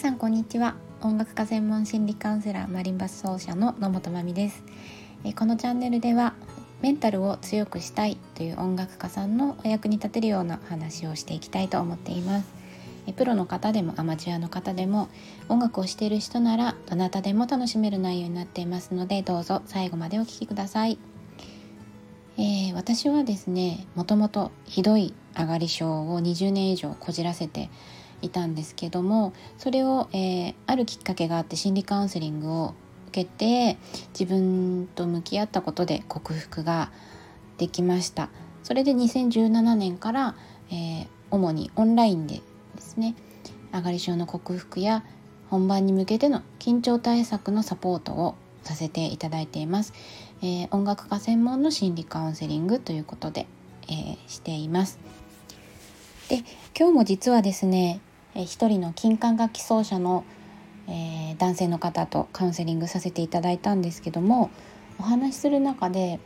さんこんにちは。音楽家専門心理カウンセラーマリンバ奏者の野本真美です。このチャンネルではメンタルを強くしたいという音楽家さんのお役に立てるような話をしていきたいと思っています。プロの方でもアマチュアの方でも音楽をしている人ならどなたでも楽しめる内容になっていますので、どうぞ最後までお聞きください。私はですね、もともとひどい上がり症を20年以上こじらせていたんですけども、それを、あるきっかけがあって心理カウンセリングを受けて自分と向き合ったことで克服ができました。それで2017年から、主にオンラインでですね、上がり症の克服や本番に向けての緊張対策のサポートをさせていただいています。音楽家専門の心理カウンセリングということで、しています。で、今日も実はですね、一人の金管楽器奏者の、男性の方とカウンセリングさせていただいたんですけども、お話しする中で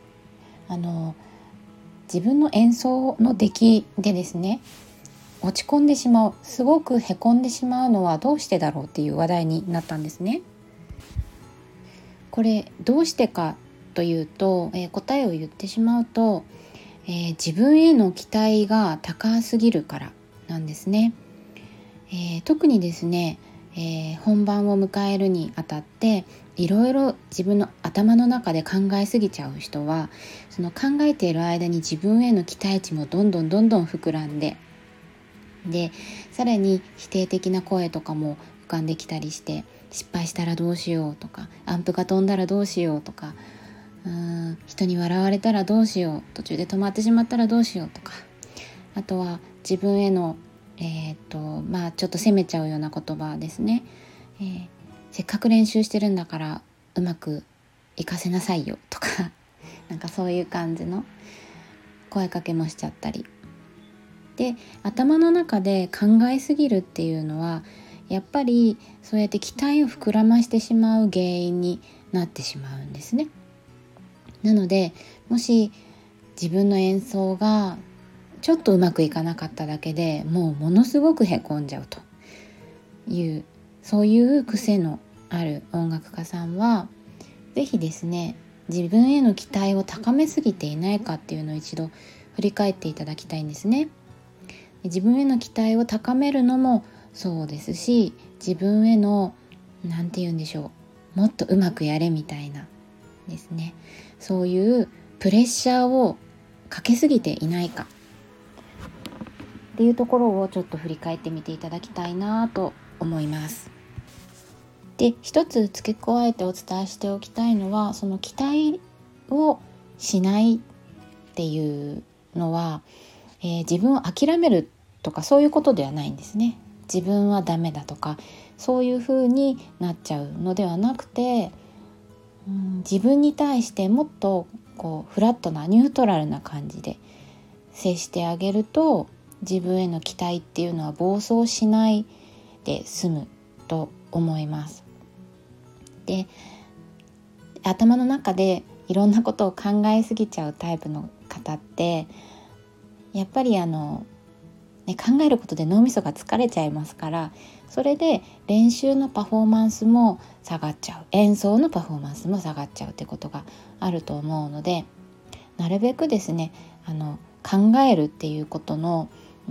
自分の演奏の出来でですね、落ち込んでしまう、すごくへこんでしまうのはどうしてだろうっていう話題になったんですね。これどうしてかというと、答えを言ってしまうと、自分への期待が高すぎるからなんですね。特にですね、本番を迎えるにあたっていろいろ自分の頭の中で考えすぎちゃう人は、その考えている間に自分への期待値もどんどん膨らんで、さらに否定的な声とかも浮かんできたりして、失敗したらどうしようとか、アンプが飛んだらどうしようとか、人に笑われたらどうしよう、途中で止まってしまったらどうしようとか、あとは自分へのちょっと責めちゃうような言葉ですね。せっかく練習してるんだからうまくいかせなさいよとかなんかそういう感じの声かけもしちゃったりで、頭の中で考えすぎるっていうのはやっぱりそうやって期待を膨らましてしまう原因になってしまうんですね。なので、もし自分の演奏がちょっとうまくいかなかっただけでもうものすごくへこんじゃうという、そういう癖のある音楽家さんはぜひですね、自分への期待を高めすぎていないかっていうのを一度振り返っていただきたいんですね。自分への期待を高めるのもそうですし、自分へのなんて言うんでしょう、もっとうまくやれみたいなですね、そういうプレッシャーをかけすぎていないかっていうところをちょっと振り返ってみていただきたいなと思います。で、一つ付け加えてお伝えしておきたいのは、その期待をしないっていうのは、自分を諦めるとかそういうことではないんですね。自分はダメだとかそういう風になっちゃうのではなくて、自分に対してもっとフラットなニュートラルな感じで接してあげると、自分への期待っていうのは暴走しないで済むと思います。で、頭の中でいろんなことを考えすぎちゃうタイプの方ってやっぱり考えることで脳みそが疲れちゃいますから、それで練習のパフォーマンスも下がっちゃう、演奏のパフォーマンスも下がっちゃうってことがあると思うので、なるべくですね、考えるっていうことの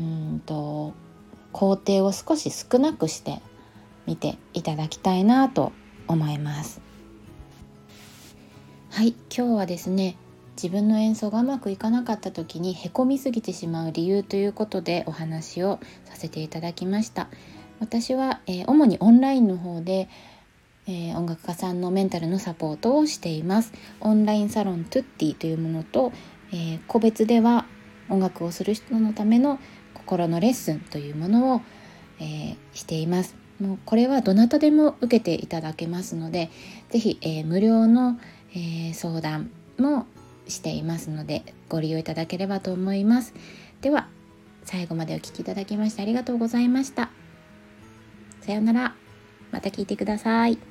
工程を少し少なくしてみていただきたいなと思います。はい、今日はですね、自分の演奏がうまくいかなかった時にへこみすぎてしまう理由ということでお話をさせていただきました。私は、主にオンラインの方で、音楽家さんのメンタルのサポートをしています。オンラインサロントゥッティというものと、個別では音楽をする人のための心のレッスンというものを、しています。もうこれはどなたでも受けていただけますので、ぜひ、無料の、相談もしていますのでご利用いただければと思います。では最後までお聞きいただきましてありがとうございました。さようなら。また聞いてください。